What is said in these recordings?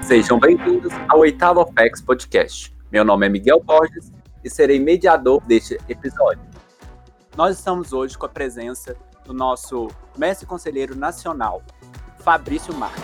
Sejam bem-vindos ao oitavo Apex Podcast. Meu nome é Miguel Borges e serei mediador deste episódio. Nós estamos hoje com a presença do nosso mestre conselheiro nacional, Fabrício Marques.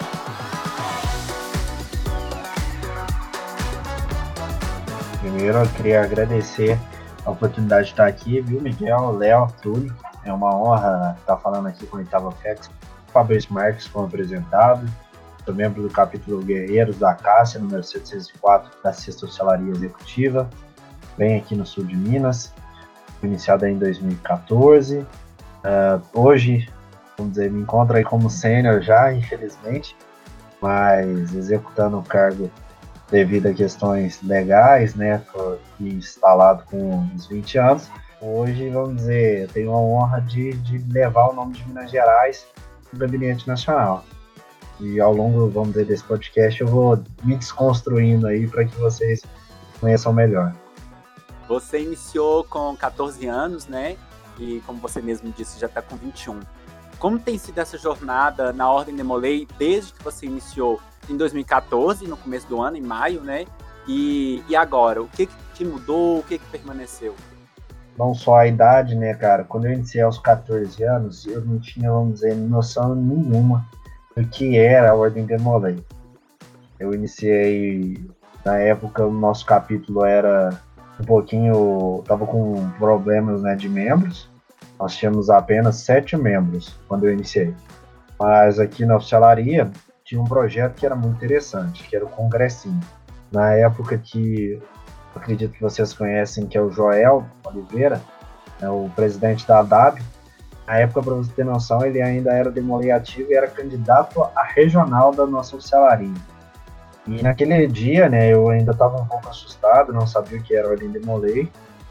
Primeiro, eu queria agradecer a oportunidade de estar aqui, viu, Miguel, Léo, Túlio. É uma honra estar falando aqui com o oitavo Apex. Fabrício Marques como apresentado. Sou membro do capítulo Guerreiros da Acácia, número 704, da Sexta Oficialaria Executiva. Venho aqui no sul de Minas. Fui iniciado em 2014. Hoje, vamos dizer, me encontro aí como sênior já, infelizmente, mas executando o cargo devido a questões legais, né? Fui instalado com uns 20 anos. Hoje, vamos dizer, eu tenho a honra de levar o nome de Minas Gerais no Gabinete Nacional. E ao longo, vamos dizer, desse podcast, eu vou me desconstruindo aí para que vocês conheçam melhor. Você iniciou com 14 anos, né? E como você mesmo disse, já está com 21. Como tem sido essa jornada na Ordem Demolei desde que você iniciou em 2014, no começo do ano, em maio, né? E agora, o que mudou, o que permaneceu? Não só a idade, né, cara? Quando eu iniciei aos 14 anos, eu não tinha, vamos dizer, noção nenhuma do que era a Ordem Demolei. Eu iniciei, na época, o nosso capítulo era um pouquinho, tava com problemas, né, de membros. Nós tínhamos apenas 7 membros quando eu iniciei. Mas aqui na oficialaria tinha um projeto que era muito interessante, que era o Congressinho. Na época que, acredito que vocês conhecem, que é o Joel Oliveira, é o presidente da ADAB. Na época, para você ter noção, ele ainda era Demolei ativo e era candidato a regional da nossa oficialaria. E naquele dia, né, eu ainda estava um pouco assustado, não sabia o que era Ordem Demolei.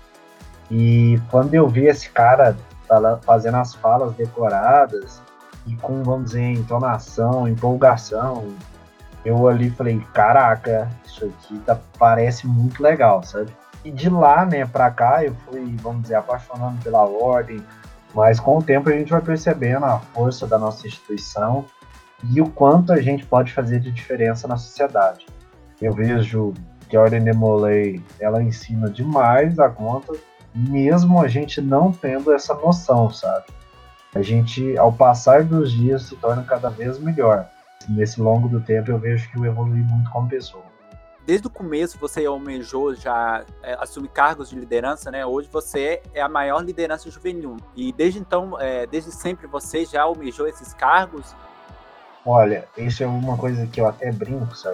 E quando eu vi esse cara fazendo as falas decoradas e com, vamos dizer, entonação, empolgação, eu ali falei, caraca, isso aqui parece muito legal, sabe? E de lá, né, pra cá, eu fui, vamos dizer, apaixonando pela ordem, mas com o tempo a gente vai percebendo a força da nossa instituição e o quanto a gente pode fazer de diferença na sociedade. Eu vejo que a Ordem Demolei, ela ensina demais a conta, mesmo a gente não tendo essa noção, sabe? A gente, ao passar dos dias, se torna cada vez melhor. Nesse longo do tempo, eu vejo que eu evolui muito como pessoa. Desde o começo, você almejou já assumir cargos de liderança, né? Hoje você é a maior liderança juvenil. E desde então, desde sempre, você já almejou esses cargos? Olha, isso é uma coisa que eu até brinco, sabe?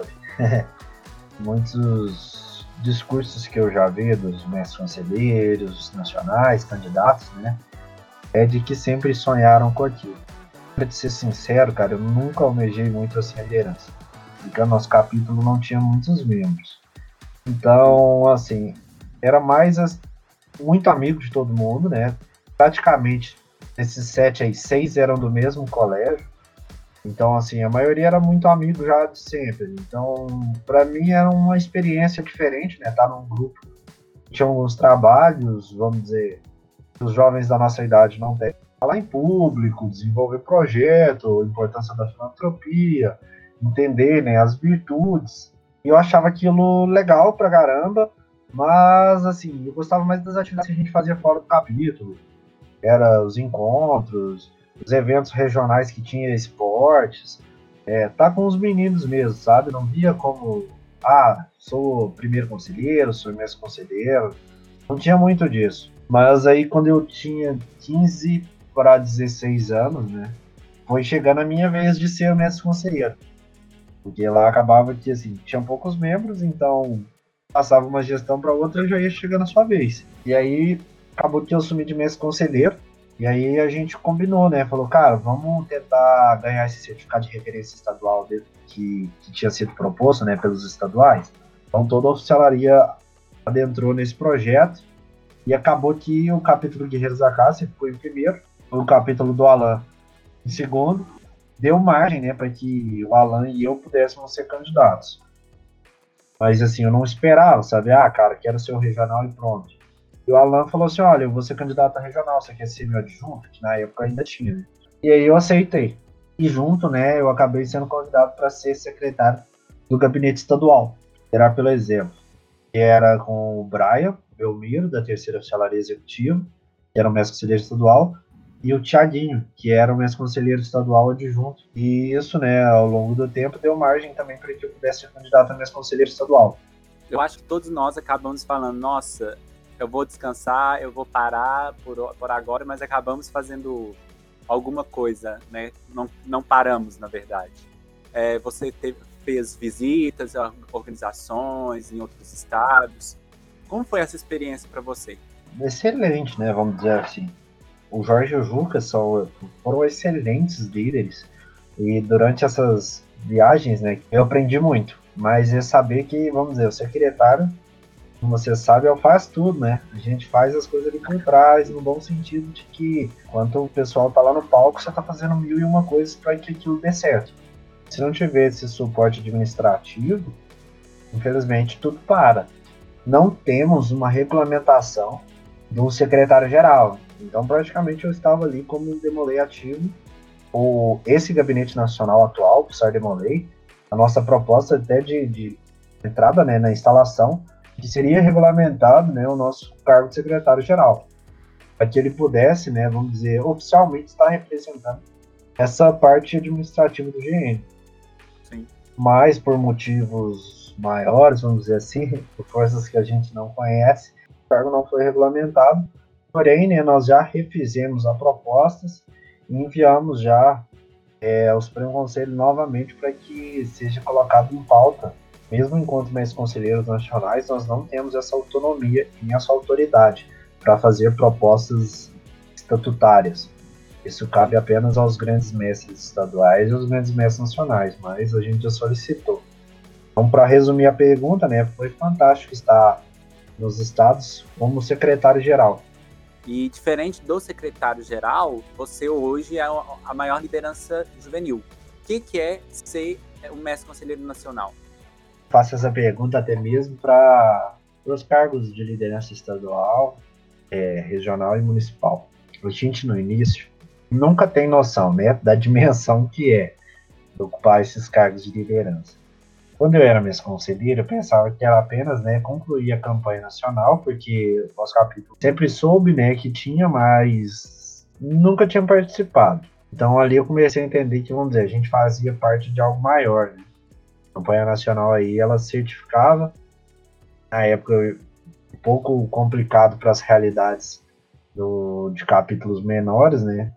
Muitos discursos que eu já vi dos mestres conselheiros nacionais, candidatos, né? É de que sempre sonharam com aquilo. Para ser sincero, cara, eu nunca almejei muito assim a liderança, porque o nosso capítulo não tinha muitos membros. Então, assim, era mais muito amigo de todo mundo, né? Praticamente, esses 7 aí, 6 eram do mesmo colégio. Então, assim, a maioria era muito amigo já de sempre. Então, para mim era uma experiência diferente, né? Estar num grupo que tinha alguns trabalhos, vamos dizer, que os jovens da nossa idade não têm. Falar em público, desenvolver projeto, a importância da filantropia, entender, né, as virtudes. E eu achava aquilo legal pra caramba, mas, assim, eu gostava mais das atividades que a gente fazia fora do capítulo. Era os encontros, os eventos regionais que tinha esportes, tá com os meninos mesmo, sabe? Não via como, sou primeiro conselheiro, sou mestre conselheiro. Não tinha muito disso. Mas aí quando eu tinha 15 para 16 anos, né, foi chegando a minha vez de ser o mestre conselheiro. Porque lá acabava que, assim, tinha poucos membros, então passava uma gestão para outra e já ia chegando a sua vez. E aí acabou que eu assumi de mestre conselheiro, e aí a gente combinou, né, falou, cara, vamos tentar ganhar esse certificado de referência estadual que tinha sido proposto, né, pelos estaduais. Então toda a oficialaria adentrou nesse projeto, e acabou que o capítulo Guerreiros da Acácia foi em primeiro, o capítulo do Alan em segundo, deu margem, né, para que o Alan e eu pudéssemos ser candidatos. Mas assim, eu não esperava, sabe? Cara, quero ser o regional e pronto. E o Alan falou assim, olha, eu vou ser candidato a regional, você quer ser meu adjunto? Que na época ainda tinha, né? E aí eu aceitei. E junto, né, eu acabei sendo convidado para ser secretário do gabinete estadual. Era pelo exemplo, que era com o Brian Belmiro, da terceira oficialaria executiva, que era o mestre conselheiro estadual, e o Thiaguinho, que era o mestre conselheiro estadual adjunto. E isso, né, ao longo do tempo, deu margem também para que eu pudesse ser candidato a mestre conselheiro estadual. Eu acho que todos nós acabamos falando, nossa, eu vou descansar, eu vou parar por agora, mas acabamos fazendo alguma coisa, né? Não paramos, na verdade. Você fez visitas a organizações em outros estados. Como foi essa experiência para você? Excelente, né? Vamos dizer assim. O Jorge e o Juca foram excelentes líderes. E durante essas viagens, né, eu aprendi muito. Mas é saber que, vamos dizer, o secretário, como você sabe, faz tudo, né? A gente faz as coisas ali por trás, no bom sentido de que, enquanto o pessoal tá lá no palco, você tá fazendo 1001 coisas para que aquilo dê certo. Se não tiver esse suporte administrativo, infelizmente tudo para. Não temos uma regulamentação do secretário-geral. Então, praticamente, eu estava ali como um Demolei ativo. Esse gabinete nacional atual, o Sr. Demolei, a nossa proposta até de entrada, né, na instalação, que seria regulamentado, né, o nosso cargo de secretário-geral, para que ele pudesse, né, vamos dizer, oficialmente estar representando essa parte administrativa do GN. Sim. Mas por motivos maiores, vamos dizer assim, por forças que a gente não conhece, o cargo não foi regulamentado. Porém, né, nós já refizemos as propostas e enviamos já ao Supremo Conselho novamente para que seja colocado em pauta. Mesmo enquanto mestres conselheiros nacionais, nós não temos essa autonomia e essa autoridade para fazer propostas estatutárias. Isso cabe apenas aos grandes mestres estaduais e aos grandes mestres nacionais, mas a gente já solicitou. Então, para resumir a pergunta, né, foi fantástico estar nos estados como secretário-geral. E diferente do secretário-geral, você hoje é a maior liderança juvenil. O que é ser o mestre conselheiro nacional? Faço essa pergunta até mesmo para os cargos de liderança estadual, regional e municipal. A gente, no início, nunca tem noção, né, da dimensão que é ocupar esses cargos de liderança. Quando eu era mestre conselheiro, eu pensava que era apenas, né, concluir a campanha nacional, porque o nosso capítulo sempre soube, né, que tinha, mas nunca tinha participado. Então ali eu comecei a entender que, vamos dizer, a gente fazia parte de algo maior, né? A campanha nacional aí, ela certificava, na época um pouco complicado para as realidades de capítulos menores, né?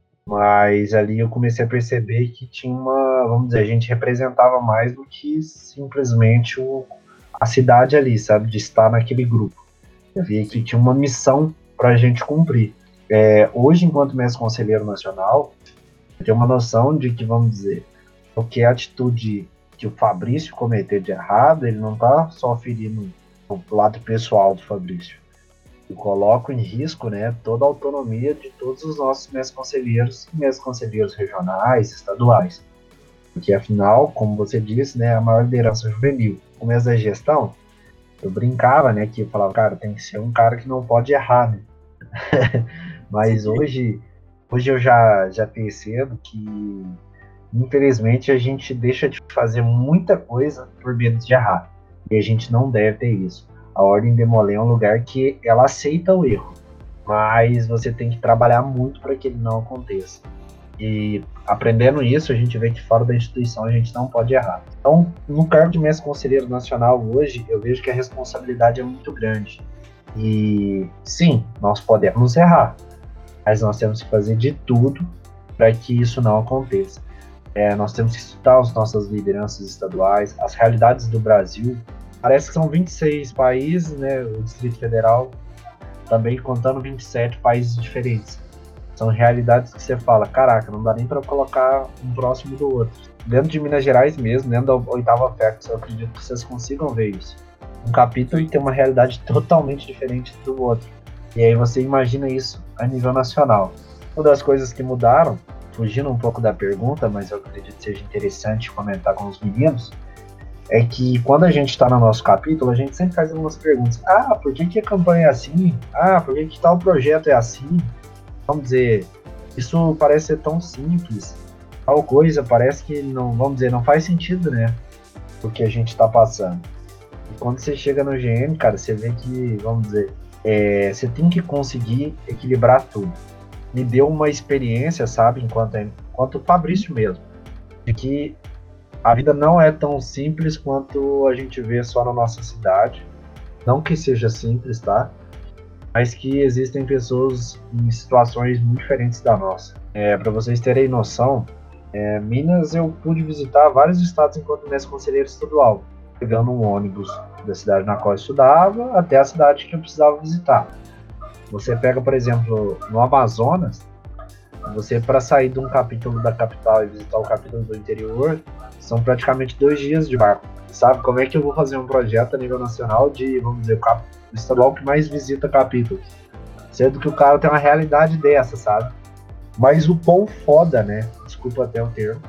Mas ali eu comecei a perceber que tinha vamos dizer, a gente representava mais do que simplesmente a cidade ali, sabe? De estar naquele grupo. Eu via que tinha uma missão para a gente cumprir. Hoje, enquanto mestre conselheiro nacional, eu tenho uma noção de que, vamos dizer, qualquer atitude que o Fabrício cometer de errado, ele não está só ferindo o lado pessoal do Fabrício. Eu coloco em risco, né, toda a autonomia de todos os nossos mestres conselheiros regionais, estaduais. Porque, afinal, como você disse, né, a maior liderança juvenil. No começo da gestão, eu brincava, né, que eu falava, cara, tem que ser um cara que não pode errar, né? Mas hoje eu já percebo que, infelizmente, a gente deixa de fazer muita coisa por medo de errar. E a gente não deve ter isso. A Ordem Demolei é um lugar que ela aceita o erro, mas você tem que trabalhar muito para que ele não aconteça. E aprendendo isso, a gente vê que fora da instituição a gente não pode errar. Então, no cargo de mestre conselheiro nacional hoje, eu vejo que a responsabilidade é muito grande. E sim, nós podemos errar, mas nós temos que fazer de tudo para que isso não aconteça. Nós temos que estudar as nossas lideranças estaduais, as realidades do Brasil. Parece que são 26 países, né? O Distrito Federal também contando 27 países diferentes. São realidades que você fala, caraca, não dá nem para colocar um próximo do outro. Dentro de Minas Gerais mesmo, dentro da 8ª FECS, eu acredito que vocês consigam ver isso. Um capítulo tem uma realidade totalmente diferente do outro. E aí você imagina isso a nível nacional. Uma das coisas que mudaram, fugindo um pouco da pergunta, mas eu acredito que seja interessante comentar com os meninos, é que quando a gente está no nosso capítulo, a gente sempre faz algumas perguntas. Por que a campanha é assim? Por que tal projeto é assim? Vamos dizer, isso parece ser tão simples. Tal coisa parece que não, vamos dizer, não faz sentido, né? do que a gente está passando. E quando você chega no GM, cara, você vê que, vamos dizer, você tem que conseguir equilibrar tudo. Me deu uma experiência, sabe, enquanto o Fabrício mesmo, de que a vida não é tão simples quanto a gente vê só na nossa cidade. Não que seja simples, tá? Mas que existem pessoas em situações muito diferentes da nossa. Para vocês terem noção, Minas eu pude visitar vários estados enquanto mestre conselheiro estadual, pegando um ônibus da cidade na qual eu estudava até a cidade que eu precisava visitar. Você pega, por exemplo, no Amazonas, você para sair de um capítulo da capital e visitar o capítulo do interior, são praticamente 2 dias de barco. Sabe como é que eu vou fazer um projeto a nível nacional de, vamos dizer, o estadual que mais visita capítulos? Sendo que o cara tem uma realidade dessa, sabe? Mas o pão foda, né? Desculpa até o termo.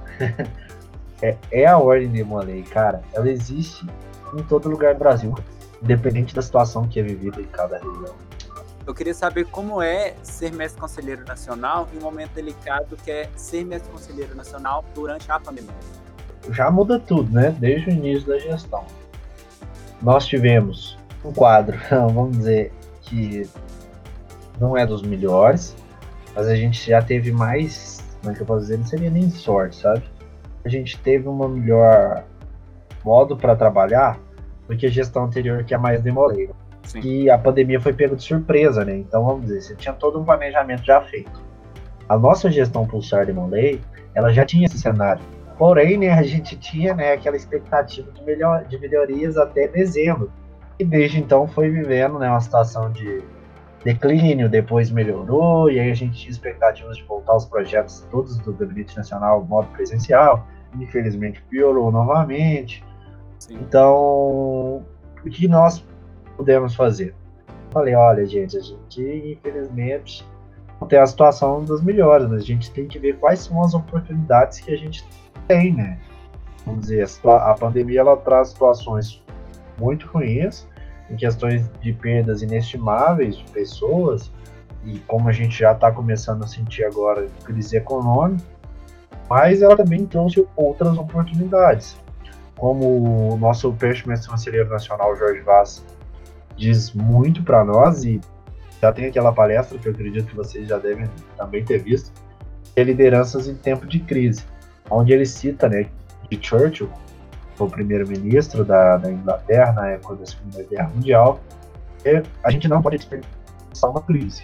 é a Ordem Demolei, cara. Ela existe em todo lugar do Brasil, independente da situação que é vivida em cada região. Eu queria saber como é ser mestre conselheiro nacional em um momento delicado que é ser mestre conselheiro nacional durante a pandemia. Já muda tudo, né? Desde o início da gestão. Nós tivemos um quadro, vamos dizer, que não é dos melhores, mas a gente já teve mais, como é que eu posso dizer, não seria nem sorte, sabe? A gente teve uma melhor modo para trabalhar do que a gestão anterior, que é mais demoleira. E a pandemia foi pego de surpresa, né? Então, vamos dizer, você tinha todo um planejamento já feito. A nossa gestão Pulsar Demolei, ela já tinha esse cenário. Porém, né, a gente tinha, né, aquela expectativa de melhorias até dezembro. E desde então foi vivendo, né, uma situação de declínio, depois melhorou, e aí a gente tinha expectativas de voltar aos projetos todos do Gabinete Nacional modo presencial. Infelizmente piorou novamente. Sim. Então, o que nós pudemos fazer? Falei, olha, gente, a gente infelizmente não tem a situação das melhores, mas a gente tem que ver quais são as oportunidades que a gente tem, né? Vamos dizer, a pandemia ela traz situações muito ruins, em questões de perdas inestimáveis de pessoas, e como a gente já está começando a sentir agora, crise econômica, mas ela também trouxe outras oportunidades, como o nosso peixe mestre conselheiro nacional, Jorge Vaz, diz muito para nós, e já tem aquela palestra que eu acredito que vocês já devem também ter visto, que é Lideranças em Tempo de Crise, onde ele cita, né, de Churchill, o primeiro-ministro da Inglaterra na época da Segunda Guerra Mundial, que a gente não pode desperdiçar uma crise.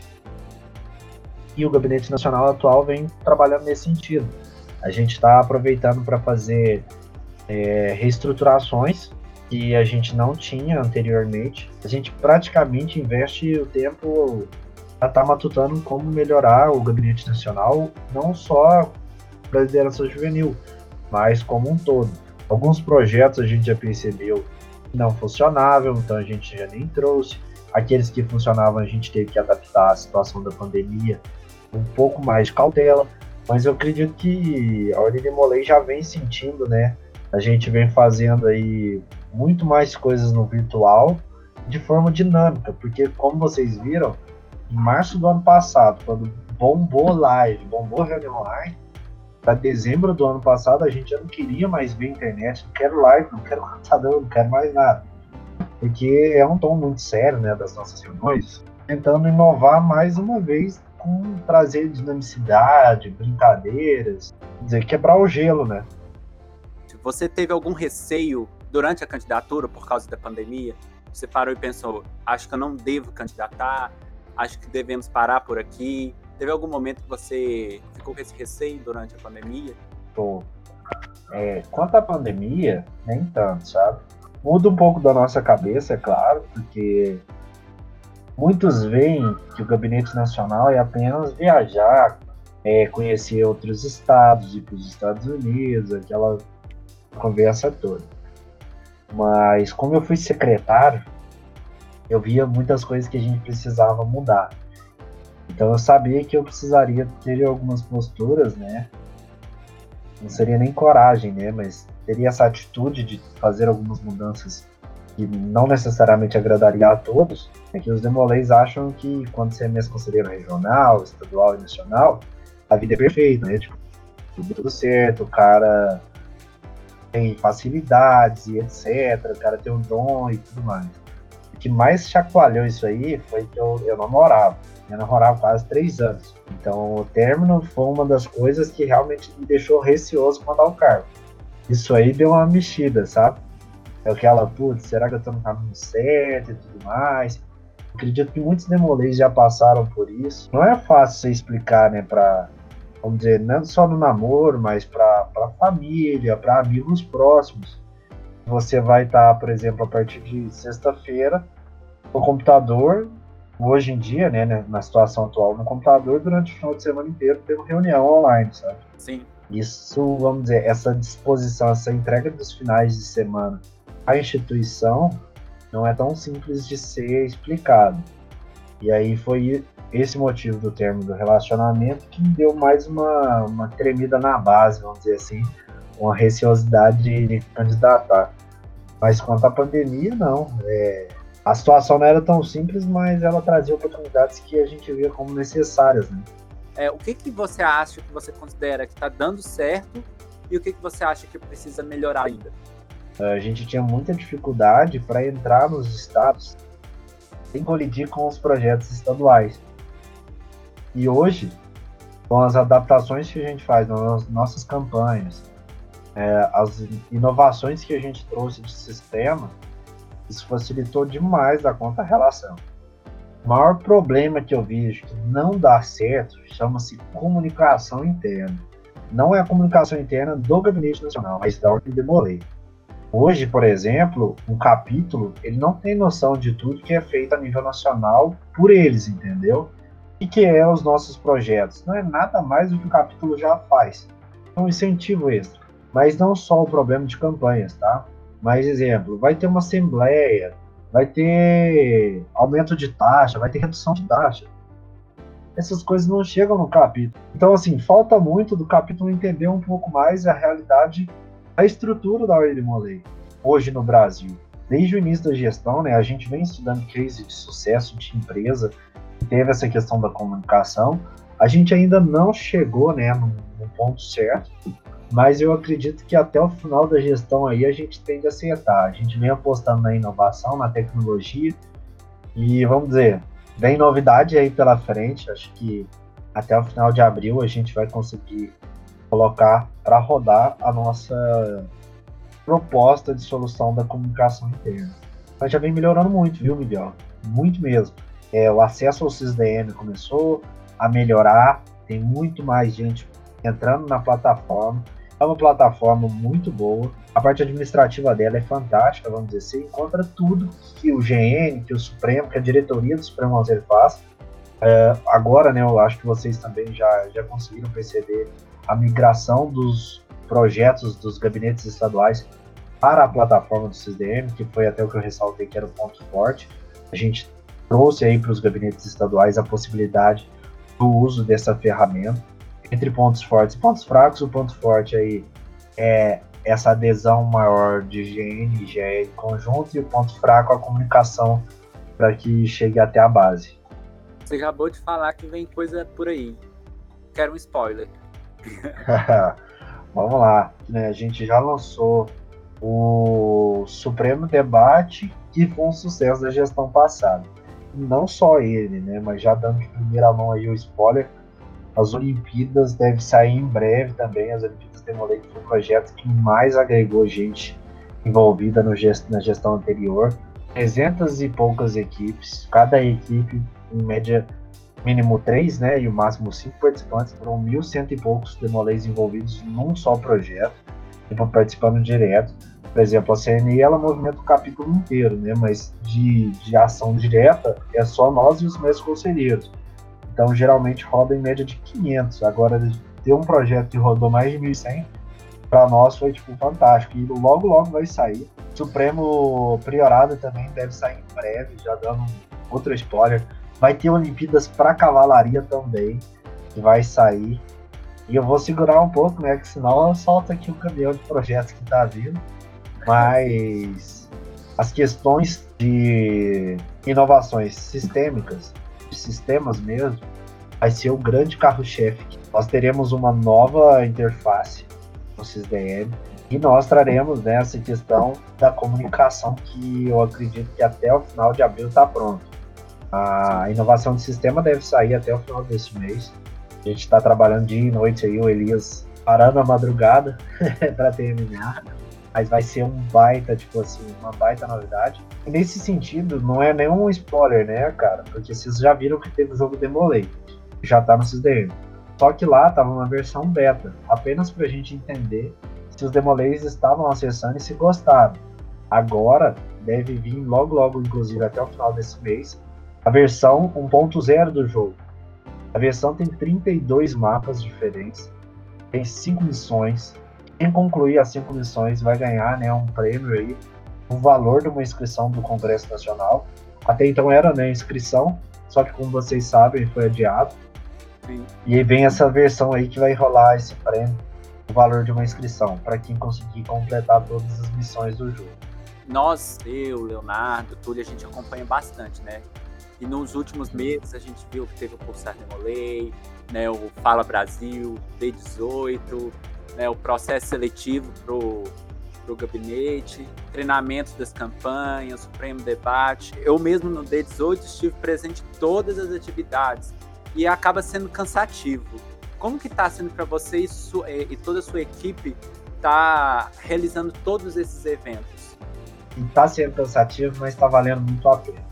E o Gabinete Nacional atual vem trabalhando nesse sentido. A gente está aproveitando para fazer reestruturações que a gente não tinha anteriormente. A gente praticamente investe o tempo para estar matutando como melhorar o Gabinete Nacional, não só para a liderança juvenil, mas como um todo. Alguns projetos a gente já percebeu que não funcionavam, então a gente já nem trouxe. Aqueles que funcionavam a gente teve que adaptar à situação da pandemia, um pouco mais de cautela, mas eu acredito que a Ordem Demolei já vem sentindo, né? A gente vem fazendo aí muito mais coisas no virtual de forma dinâmica, porque como vocês viram, em março do ano passado, quando bombou live, bombou reunião online, para dezembro do ano passado a gente já não queria mais ver internet, não quero live, não quero computador, não quero mais nada. Porque é um tom muito sério, né, das nossas reuniões, tentando inovar mais uma vez com trazer dinamicidade, brincadeiras, quer dizer, quebrar o gelo, né? Você teve algum receio durante a candidatura por causa da pandemia? Você parou e pensou, acho que eu não devo candidatar, acho que devemos parar por aqui? Teve algum momento que você ficou com esse receio durante a pandemia? Quanto à pandemia, nem tanto, sabe? Muda um pouco da nossa cabeça, é claro, porque muitos veem que o Gabinete Nacional é apenas viajar, conhecer outros estados, ir para os Estados Unidos, aquela conversa toda. Mas como eu fui secretário, eu via muitas coisas que a gente precisava mudar. Então eu sabia que eu precisaria ter algumas posturas, né? Não seria nem coragem, né? Mas teria essa atitude de fazer algumas mudanças que não necessariamente agradaria a todos. É que os demoleis acham que quando você é mesmo conselheiro regional, estadual e nacional, a vida é perfeita, né? Tipo, tudo certo, o cara tem facilidades e etc. O cara tem um dom e tudo mais. O que mais chacoalhou isso aí foi que eu namorava. Eu namorava quase 3 anos. Então o término foi uma das coisas que realmente me deixou receoso quanto ao cargo. Isso aí deu uma mexida, sabe? É aquela, putz, será que eu tô no caminho certo e tudo mais? Acredito que muitos demolês já passaram por isso. Não é fácil você explicar, né, vamos dizer, não só no namoro, mas pra família, pra amigos próximos. Você vai estar, por exemplo, a partir de sexta-feira, no computador, hoje em dia, né, na situação atual, no computador, durante o final de semana inteiro, tendo reunião online, sabe? Sim. Isso, vamos dizer, essa disposição, essa entrega dos finais de semana à instituição não é tão simples de ser explicado. E aí foi esse motivo do término do relacionamento que me deu mais uma tremida na base, vamos dizer assim, uma receosidade de candidatar. Mas quanto à pandemia, não. A situação não era tão simples, mas ela trazia oportunidades que a gente via como necessárias, né? O que você acha, que você considera que está dando certo e o que você acha que precisa melhorar ainda? A gente tinha muita dificuldade para entrar nos estados sem colidir com os projetos estaduais. E hoje, com as adaptações que a gente faz nas nossas campanhas, as inovações que a gente trouxe de sistema, isso facilitou demais a conta relação. O maior problema que eu vejo que não dá certo chama-se comunicação interna. Não é a comunicação interna do Gabinete Nacional, mas da Ordem Demolei. Hoje, por exemplo, um capítulo, ele não tem noção de tudo que é feito a nível nacional por eles, entendeu? O que é os nossos projetos? Não é nada mais do que o capítulo já faz. É um incentivo extra. Mas não só o problema de campanhas, tá? Mais exemplo, vai ter uma assembleia, vai ter aumento de taxa, vai ter redução de taxa. Essas coisas não chegam no capítulo. Então, assim, falta muito do capítulo entender um pouco mais a realidade, a estrutura da Ordem Demolei hoje no Brasil. Desde o início da gestão, né, a gente vem estudando case de sucesso de empresa que teve essa questão da comunicação. A gente ainda não chegou, né, no ponto certo, mas eu acredito que até o final da gestão aí a gente tende a acertar. A gente vem apostando na inovação, na tecnologia e, vamos dizer, vem novidade aí pela frente. Acho que até o final de abril a gente vai conseguir colocar para rodar a nossa proposta de solução da comunicação interna. Mas já vem melhorando muito, viu, Miguel? Muito mesmo. O acesso ao SysDM começou a melhorar, tem muito mais gente entrando na plataforma. É uma plataforma muito boa. A parte administrativa dela é fantástica, vamos dizer. Você encontra tudo que o GN, que o Supremo, que a diretoria do Supremo Conselho faz. Agora, né, eu acho que vocês também já conseguiram perceber a migração dos projetos dos gabinetes estaduais para a plataforma do SysDM, que foi até o que eu ressaltei que era o ponto forte. A gente trouxe aí para os gabinetes estaduais a possibilidade do uso dessa ferramenta. Entre pontos fortes e pontos fracos, o ponto forte aí é essa adesão maior de GN e GE em conjunto, e o ponto fraco a comunicação para que chegue até a base. Você acabou de falar que vem coisa por aí. Quero um spoiler. Vamos lá, né? A gente já lançou o Supremo Debate, que foi um sucesso da gestão passada. Não só ele, né? Mas já dando de primeira mão aí o spoiler, as Olimpíadas devem sair em breve também. As Olimpíadas Demolei, que foi o projeto que mais agregou gente envolvida na gestão anterior. 300 e poucas equipes, cada equipe em média mínimo 3, né, e o máximo 5 participantes. Foram 1.100 e poucos demolês envolvidos num só projeto, participando direto. Por exemplo, a CNI, ela movimenta o capítulo inteiro, né, mas de ação direta é só nós e os meus conselheiros. Então, geralmente roda em média de 500. Agora, ter um projeto que rodou mais de 1.100, para nós foi fantástico. E logo vai sair. Supremo Priorado também deve sair em breve, já dando outro spoiler. Vai ter Olimpíadas para Cavalaria também, que vai sair. E eu vou segurar um pouco, né? Que senão eu solto aqui o caminhão de projetos que tá vindo. Mas as questões de inovações sistêmicas, de sistemas mesmo, vai ser o grande carro-chefe. Nós teremos uma nova interface no SysDM. E nós traremos, né, essa questão da comunicação, que eu acredito que até o final de abril está pronto. A inovação do sistema deve sair até o final desse mês. A gente está trabalhando dia e noite aí, o Elias parando a madrugada para terminar. Mas vai ser um baita, tipo assim, uma baita novidade. E nesse sentido, não é nenhum spoiler, né, cara? Porque vocês já viram que teve o jogo Demolay, que já tá no CDM. Só que lá tava uma versão beta, apenas pra gente entender se os Demolays estavam acessando e se gostaram. Agora, deve vir logo, logo, inclusive até o final desse mês, a versão 1.0 do jogo. A versão tem 32 mapas diferentes, tem 5 missões. Quem concluir as 5 missões vai ganhar, né, um prêmio aí, o valor de uma inscrição do Congresso Nacional. Até então era, né, inscrição, só que como vocês sabem, foi adiado. Sim. E aí vem essa versão aí que vai rolar esse prêmio, o valor de uma inscrição, para quem conseguir completar todas as missões do jogo. Nós, eu, Leonardo, Túlio, a gente acompanha bastante, né? E nos últimos meses a gente viu que teve o Pulsar Demolay, né, o Fala Brasil, D18, né, o processo seletivo pro gabinete, treinamentos das campanhas, Supremo Debate. Eu mesmo no D18 estive presente em todas as atividades e acaba sendo cansativo. Como que está sendo para você e toda a sua equipe tá realizando todos esses eventos? Está sendo cansativo, mas está valendo muito a pena.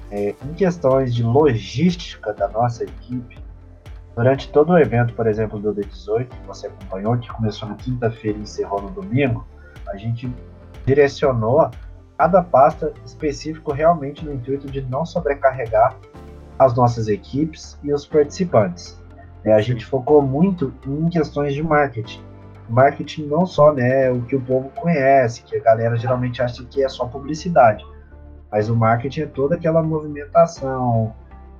Em questões de logística da nossa equipe, durante todo o evento, por exemplo, do D18, que você acompanhou, que começou na quinta-feira e encerrou no domingo, a gente direcionou cada pasta específico realmente no intuito de não sobrecarregar as nossas equipes e os participantes. A gente focou muito em questões de marketing. Marketing não só, né, o que o povo conhece, que a galera geralmente acha que é só publicidade, mas o marketing é toda aquela movimentação,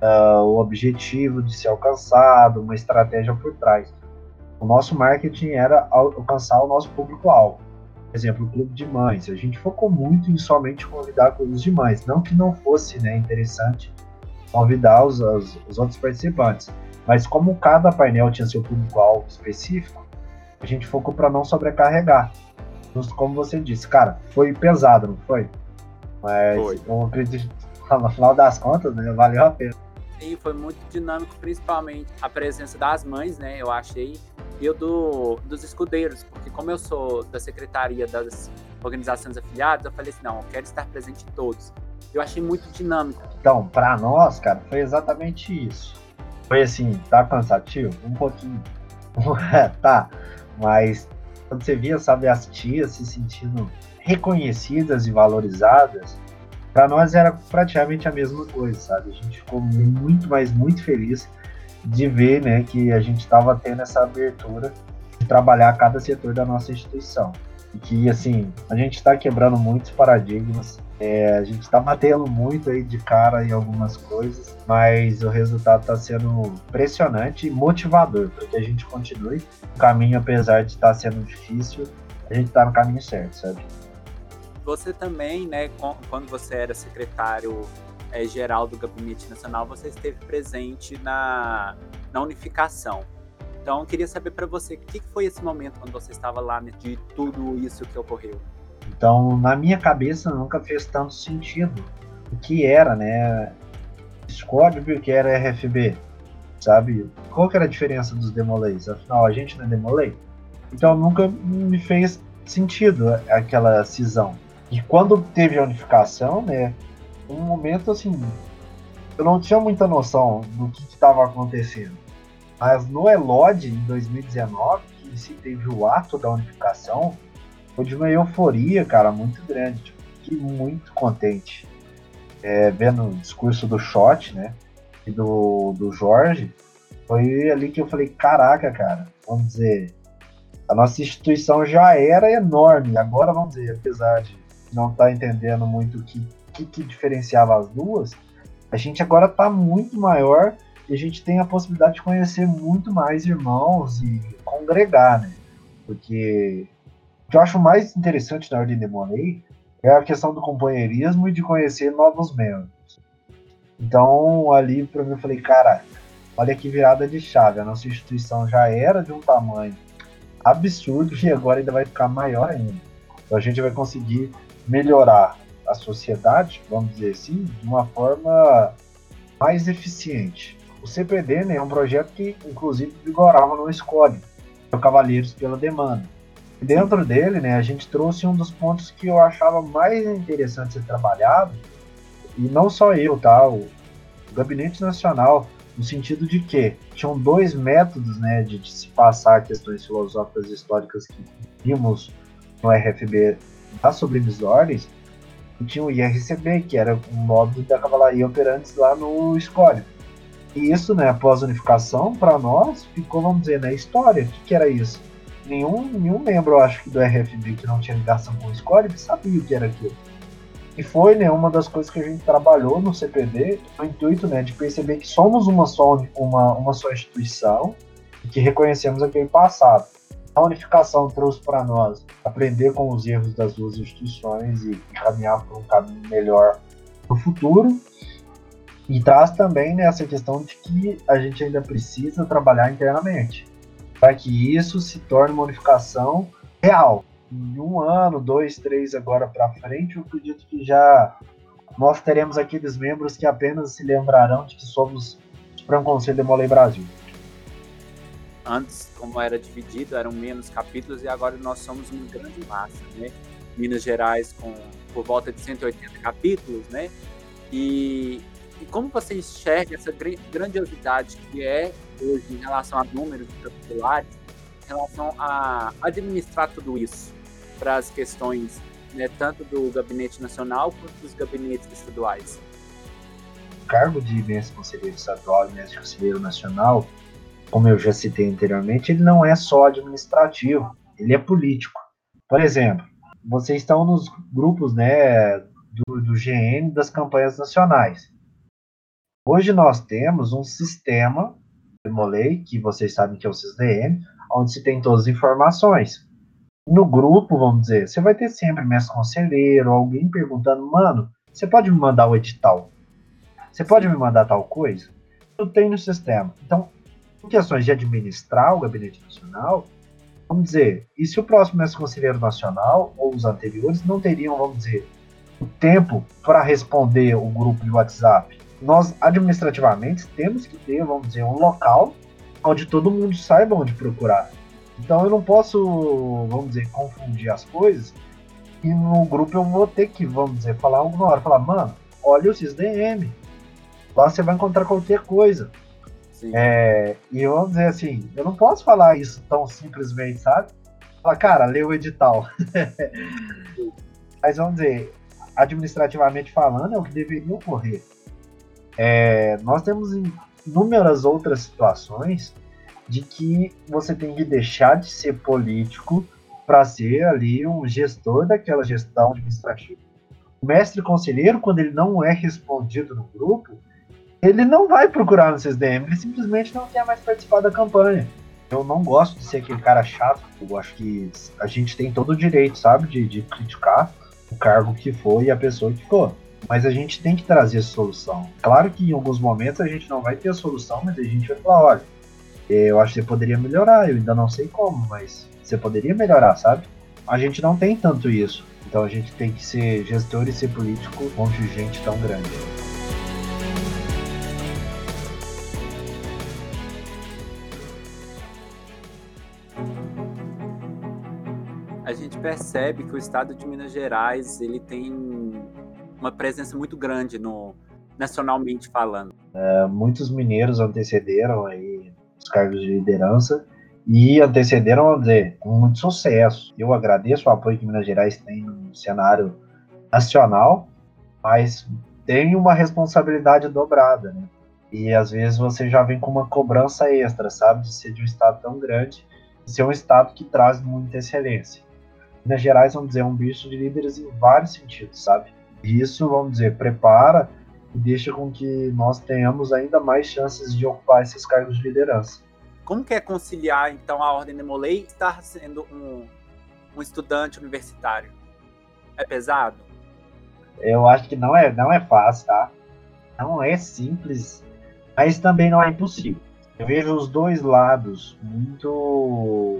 o objetivo de ser alcançado, uma estratégia por trás. O nosso marketing era alcançar o nosso público-alvo. Por exemplo, o clube de mães. A gente focou muito em somente convidar clubes de mães. Não que não fosse, né, interessante convidar os outros participantes. Mas como cada painel tinha seu público-alvo específico, a gente focou para não sobrecarregar. Justo como você disse, cara, foi pesado, não foi? Mas eu acredito, no final das contas, né, valeu a pena. Sim, foi muito dinâmico, principalmente a presença das mães, né, eu achei, e dos escudeiros, porque como eu sou da secretaria das organizações afiliadas, eu falei assim, não, eu quero estar presente em todos. Eu achei muito dinâmico. Então, para nós, cara, foi exatamente isso. Foi assim, tá cansativo? Um pouquinho. Tá, mas quando você via, sabe, as tias se sentindo reconhecidas e valorizadas, para nós era praticamente a mesma coisa, sabe? A gente ficou muito, mas muito feliz de ver, né, que a gente estava tendo essa abertura de trabalhar cada setor da nossa instituição. E que, assim, a gente está quebrando muitos paradigmas, a gente está batendo muito aí de cara em algumas coisas, mas o resultado está sendo impressionante e motivador para que a gente continue o caminho, apesar de estar sendo difícil, a gente está no caminho certo, sabe? Você também, né, quando você era secretário geral do Gabinete Nacional, você esteve presente na unificação. Então, eu queria saber para você, o que foi esse momento quando você estava lá, né, de tudo isso que ocorreu? Então, na minha cabeça, nunca fez tanto sentido o que era, né, Discord e o que era RFB, sabe? Qual que era a diferença dos Demolays? Afinal, a gente não é Demolay? Então, nunca me fez sentido aquela cisão. E quando teve a unificação, né, um momento assim, eu não tinha muita noção do que estava acontecendo. Mas no Elod, em 2019, que se teve o ato da unificação, foi de uma euforia, cara, muito grande. Tipo, fiquei muito contente. Vendo o discurso do Shot, né, e do Jorge, foi ali que eu falei, caraca, cara, vamos dizer, a nossa instituição já era enorme, agora, vamos dizer, apesar de não estar entendendo muito o que diferenciava as duas, a gente agora está muito maior e a gente tem a possibilidade de conhecer muito mais irmãos e congregar, né? Porque o que eu acho mais interessante na Ordem Demolay é a questão do companheirismo e de conhecer novos membros. Então, ali para mim eu falei, cara, olha que virada de chave, a nossa instituição já era de um tamanho absurdo e agora ainda vai ficar maior ainda. Então a gente vai conseguir melhorar a sociedade, vamos dizer assim, de uma forma mais eficiente. O CPD, né, é um projeto que, inclusive, vigorava no SCORE, o Cavaleiros pela Demanda. E dentro dele, né, a gente trouxe um dos pontos que eu achava mais interessante ser trabalhado, e não só eu, tá? O Gabinete Nacional, no sentido de que tinham dois métodos, né, de se passar questões filosóficas e históricas que vimos no RFB das sublimes ordens, e tinha o IRCB, que era um módulo da Cavalaria Operantes lá no SCORE. E isso, né, após a unificação, para nós, ficou, vamos dizer, na história. O que era isso? Nenhum membro, acho que do RFB que não tinha ligação com o SCORE sabia o que era aquilo. E foi, né, uma das coisas que a gente trabalhou no CPD, no intuito, né, de perceber que somos uma só instituição e que reconhecemos aquele passado. A unificação trouxe para nós aprender com os erros das duas instituições e caminhar por um caminho melhor no futuro. E traz também, né, essa questão de que a gente ainda precisa trabalhar internamente para que isso se torne uma unificação real. Em 1 ano, 2, 3 agora para frente, eu acredito que já nós teremos aqueles membros que apenas se lembrarão de que somos Supremo Conselho Demolei Brasil. Antes, como era dividido, eram menos capítulos e agora nós somos uma grande massa, né? Minas Gerais com por volta de 180 capítulos, né? E como você enxerga essa grandiosidade que é hoje em relação a números de capitulares, em relação a administrar tudo isso para as questões, né, tanto do Gabinete Nacional quanto dos gabinetes estaduais? O cargo de mestre conselheiro estadual e mestre conselheiro nacional, como eu já citei anteriormente, ele não é só administrativo, ele é político. Por exemplo, vocês estão nos grupos, né, do GN das campanhas nacionais. Hoje nós temos um sistema, Demolei, que vocês sabem que é o SysDM, onde se tem todas as informações. No grupo, vamos dizer, você vai ter sempre mestre conselheiro, alguém perguntando, mano, você pode me mandar o edital? Você pode me mandar tal coisa? Eu tenho no sistema. Então, em questões de administrar o Gabinete Nacional, vamos dizer, e se o próximo mestre conselheiro nacional, ou os anteriores, não teriam, vamos dizer, o tempo para responder o grupo de WhatsApp? Nós, administrativamente, temos que ter, vamos dizer, um local onde todo mundo saiba onde procurar. Então eu não posso, vamos dizer, confundir as coisas e no grupo eu vou ter que, vamos dizer, falar alguma hora, falar, mano, olha o SysDM, lá você vai encontrar qualquer coisa. E vamos dizer assim, eu não posso falar isso tão simplesmente, sabe? Falar, cara, lê o edital. Mas vamos dizer, administrativamente falando, é o que deveria ocorrer. Nós temos inúmeras outras situações de que você tem que deixar de ser político para ser ali um gestor daquela gestão administrativa. O mestre conselheiro, quando ele não é respondido no grupo, ele não vai procurar no SysDM, ele simplesmente não quer mais participar da campanha. Eu não gosto de ser aquele cara chato, eu acho que a gente tem todo o direito, sabe, de criticar o cargo que foi e a pessoa que for. Mas a gente tem que trazer solução. Claro que em alguns momentos a gente não vai ter a solução, mas a gente vai falar, olha, eu acho que você poderia melhorar, eu ainda não sei como, mas você poderia melhorar, sabe? A gente não tem tanto isso. Então a gente tem que ser gestor e ser político com gente tão grande. A gente percebe que o estado de Minas Gerais ele tem uma presença muito grande nacionalmente falando. Muitos mineiros antecederam aí os cargos de liderança e antecederam, vamos dizer, com muito sucesso. Eu agradeço o apoio que Minas Gerais tem no cenário nacional, mas tem uma responsabilidade dobrada, né? E às vezes você já vem com uma cobrança extra, sabe? De ser de um estado tão grande, de ser um estado que traz muita excelência. Minas Gerais, vamos dizer, é um bicho de líderes em vários sentidos, sabe? E isso, vamos dizer, prepara e deixa com que nós tenhamos ainda mais chances de ocupar esses cargos de liderança. Como que é conciliar, então, a Ordem Demolei e estar sendo um estudante universitário? É pesado? Eu acho que não é fácil, tá? Não é simples, mas também não é impossível. Eu vejo os dois lados muito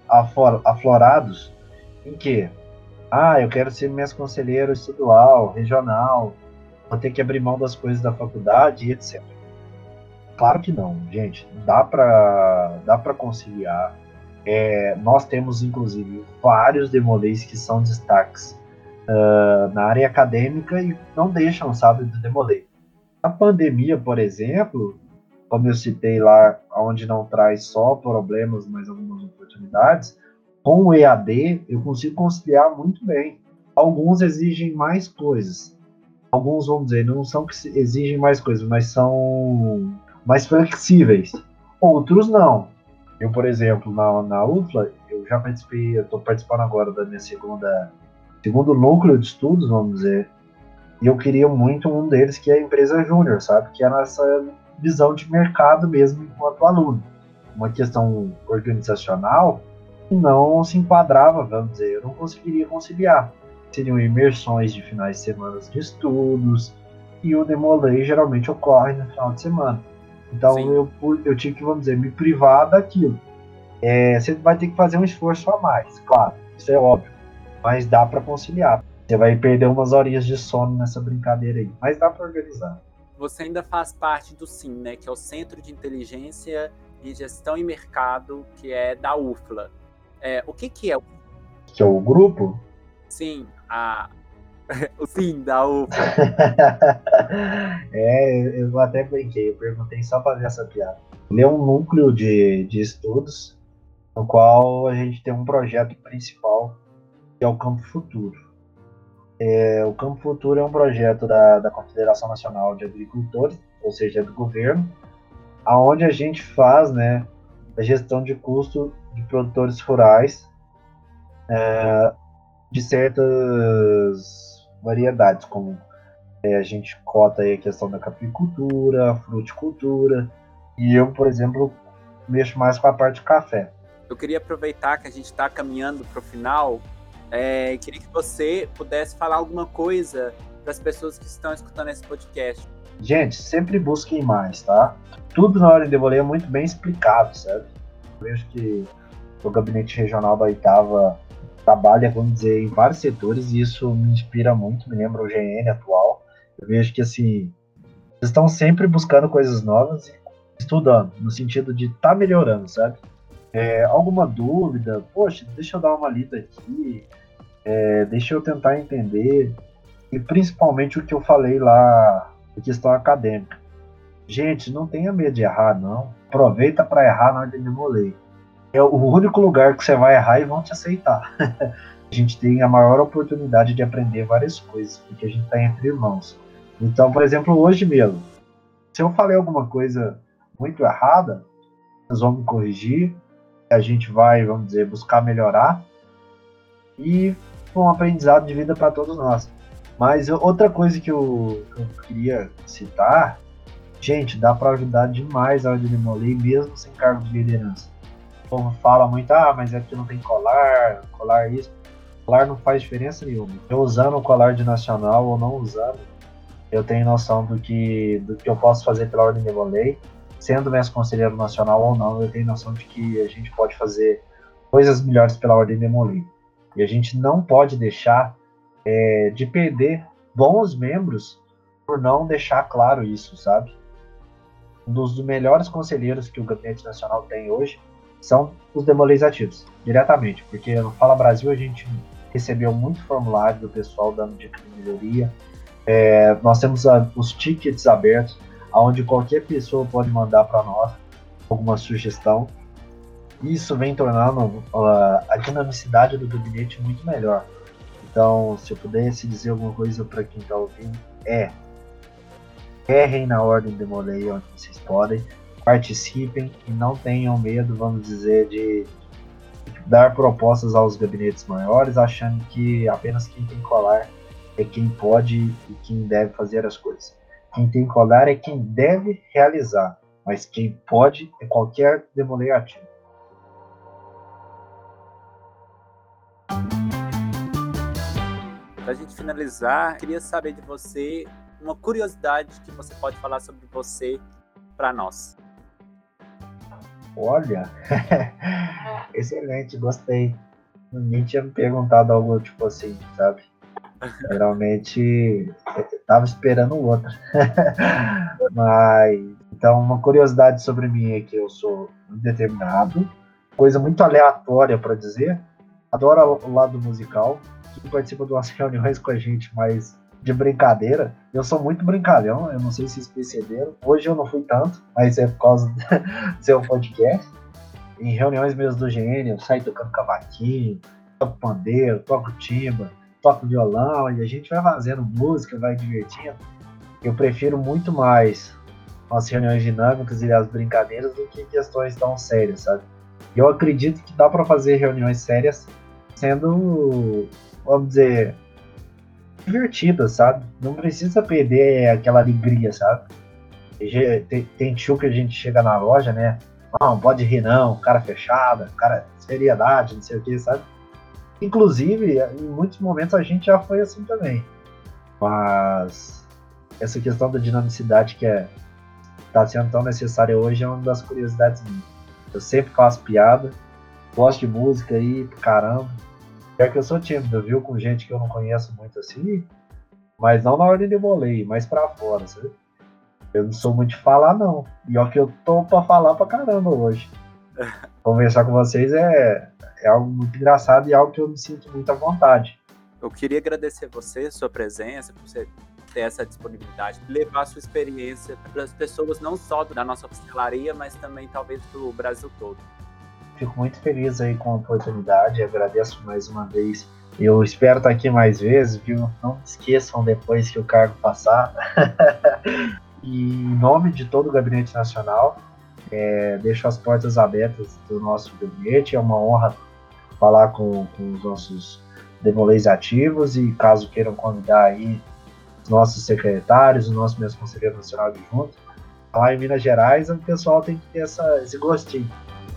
aflorados em que, eu quero ser mestre conselheiro estadual, regional, vou ter que abrir mão das coisas da faculdade e etc. Claro que não, gente. Dá para conciliar. Nós temos, inclusive, vários demolês que são destaques na área acadêmica e não deixam, sabe, de demolê. A pandemia, por exemplo, como eu citei lá, onde não traz só problemas, mas algumas oportunidades, com o EAD eu consigo conciliar muito bem. Alguns exigem mais coisas. Alguns, vamos dizer, não são que exigem mais coisas, mas são mais flexíveis. Outros não. Eu, por exemplo, na UFLA, eu já participei, eu estou participando agora da minha segundo núcleo de estudos, vamos dizer, e eu queria muito um deles, que é a empresa júnior, sabe? Que é a nossa visão de mercado mesmo enquanto aluno. Uma questão organizacional que não se enquadrava, vamos dizer, eu não conseguiria conciliar. Seriam imersões de finais de semana de estudos, e o demolei geralmente ocorre no final de semana. Então eu tive que, vamos dizer, me privar daquilo. Você vai ter que fazer um esforço a mais, claro, isso é óbvio, mas dá para conciliar. Você vai perder umas horinhas de sono nessa brincadeira aí, mas dá para organizar. Você ainda faz parte do CIM, né, que é o Centro de Inteligência e Gestão e Mercado, que é da UFLA. O que é? Que é o grupo? Sim, o CIM da UFLA. Eu até brinquei, eu perguntei só para ver essa piada. Ele é um núcleo de estudos no qual a gente tem um projeto principal, que é o Campo Futuro. O Campo Futuro é um projeto da Confederação Nacional de Agricultores, ou seja, do governo, aonde a gente faz, né, a gestão de custo de produtores rurais de certas variedades, como a gente cota aí a questão da capricultura, fruticultura, e eu, por exemplo, mexo mais com a parte de café. Eu queria aproveitar que a gente está caminhando para o final, queria que você pudesse falar alguma coisa para as pessoas que estão escutando esse podcast. Gente, sempre busquem mais, tá? Tudo na Ordem Demolei é muito bem explicado, certo? Eu vejo que o gabinete regional da 8ª trabalha, vamos dizer, em vários setores, e isso me inspira muito, me lembra o GN atual. Eu vejo que, assim, eles estão sempre buscando coisas novas e estudando, no sentido de estar melhorando, sabe? Alguma dúvida? Poxa, deixa eu dar uma lida aqui, deixa eu tentar entender. E principalmente o que eu falei lá, a questão acadêmica. Gente, não tenha medo de errar, não. Aproveita para errar na Ordem Demolei. É o único lugar que você vai errar e vão te aceitar. A gente tem a maior oportunidade de aprender várias coisas, porque a gente está entre irmãos. Então, por exemplo, hoje mesmo, se eu falei alguma coisa muito errada, vocês vão me corrigir, a gente vai, vamos dizer, buscar melhorar, e um aprendizado de vida para todos nós. Mas outra coisa que eu queria citar, gente, dá para ajudar demais a Ordem Demolei, mesmo sem cargo de liderança. O povo fala muito, mas aqui não tem colar isso. Colar não faz diferença nenhuma. Eu usando o colar de nacional ou não usando, eu tenho noção do que eu posso fazer pela Ordem Demolei. Sendo mestre conselheiro nacional ou não, eu tenho noção de que a gente pode fazer coisas melhores pela Ordem Demolei. E a gente não pode deixar de perder bons membros por não deixar claro isso, sabe? Um dos melhores conselheiros que o Gabinete Nacional tem hoje são os demoleis ativos, diretamente, porque no Fala Brasil a gente recebeu muito formulário do pessoal dando dica de melhoria. Nós temos os tickets abertos, onde qualquer pessoa pode mandar para nós alguma sugestão. Isso vem tornando a dinamicidade do gabinete muito melhor. Então, se eu pudesse dizer alguma coisa para quem está ouvindo, errem na Ordem Demolei onde vocês podem, participem e não tenham medo, vamos dizer, de dar propostas aos gabinetes maiores, achando que apenas quem tem colar é quem pode e quem deve fazer as coisas. Quem tem colar é quem deve realizar, mas quem pode é qualquer demolei ativo. Para a gente finalizar, queria saber de você uma curiosidade que você pode falar sobre você para nós. Olha, excelente, gostei. Ninguém tinha me perguntado algo tipo assim, sabe? Geralmente eu tava esperando outra. Mas, então, uma curiosidade sobre mim é que eu sou muito determinado, coisa muito aleatória para dizer. Adoro o lado musical, que participa de umas reuniões com a gente, mas de brincadeira. Eu sou muito brincalhão, eu não sei se vocês perceberam. Hoje eu não fui tanto, mas é por causa do seu podcast. Em reuniões mesmo do GN, eu saio tocando cavaquinho, toco pandeiro, toco timba, toco violão, e a gente vai fazendo música, vai divertindo. Eu prefiro muito mais as reuniões dinâmicas e as brincadeiras do que questões tão sérias, sabe? Eu acredito que dá para fazer reuniões sérias sendo, vamos dizer, divertidas, sabe? Não precisa perder aquela alegria, sabe? Tem tio que a gente chega na loja, né? Não, pode rir não, cara fechada, cara seriedade, não sei o que, sabe? Inclusive, em muitos momentos a gente já foi assim também. Mas essa questão da dinamicidade que tá sendo tão necessária hoje é uma das curiosidades minhas. Eu sempre faço piada, gosto de música aí, caramba. É que eu sou tímido, viu? Com gente que eu não conheço muito assim, mas não na ordem de volei, mais pra fora, sabe? Eu não sou muito de falar, não. E ó que eu tô pra falar pra caramba hoje. Conversar com vocês é algo muito engraçado e algo que eu me sinto muito à vontade. Eu queria agradecer você, sua presença, por você ter essa disponibilidade, levar a sua experiência para as pessoas não só da nossa pastelaria, mas também talvez do Brasil todo. Fico muito feliz aí com a oportunidade, agradeço mais uma vez. Eu espero estar aqui mais vezes, viu? Não esqueçam depois que o cargo passar. E em nome de todo o Gabinete Nacional, deixo as portas abertas do nosso gabinete. É uma honra falar com os nossos demolês ativos e caso queiram convidar aí os nossos secretários, o nosso mesmo Conselheiro Nacional Adjunto. Lá em Minas Gerais, o pessoal tem que ter esse gostinho.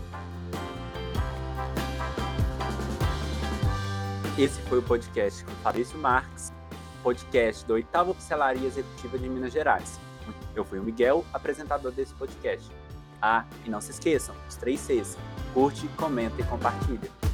Esse foi o podcast com Fabrício Marques, podcast do 8º Pastelaria Executiva de Minas Gerais. Eu fui o Miguel, apresentador desse podcast. Ah, e não se esqueçam, os 3 Cs. Curte, comenta e compartilha.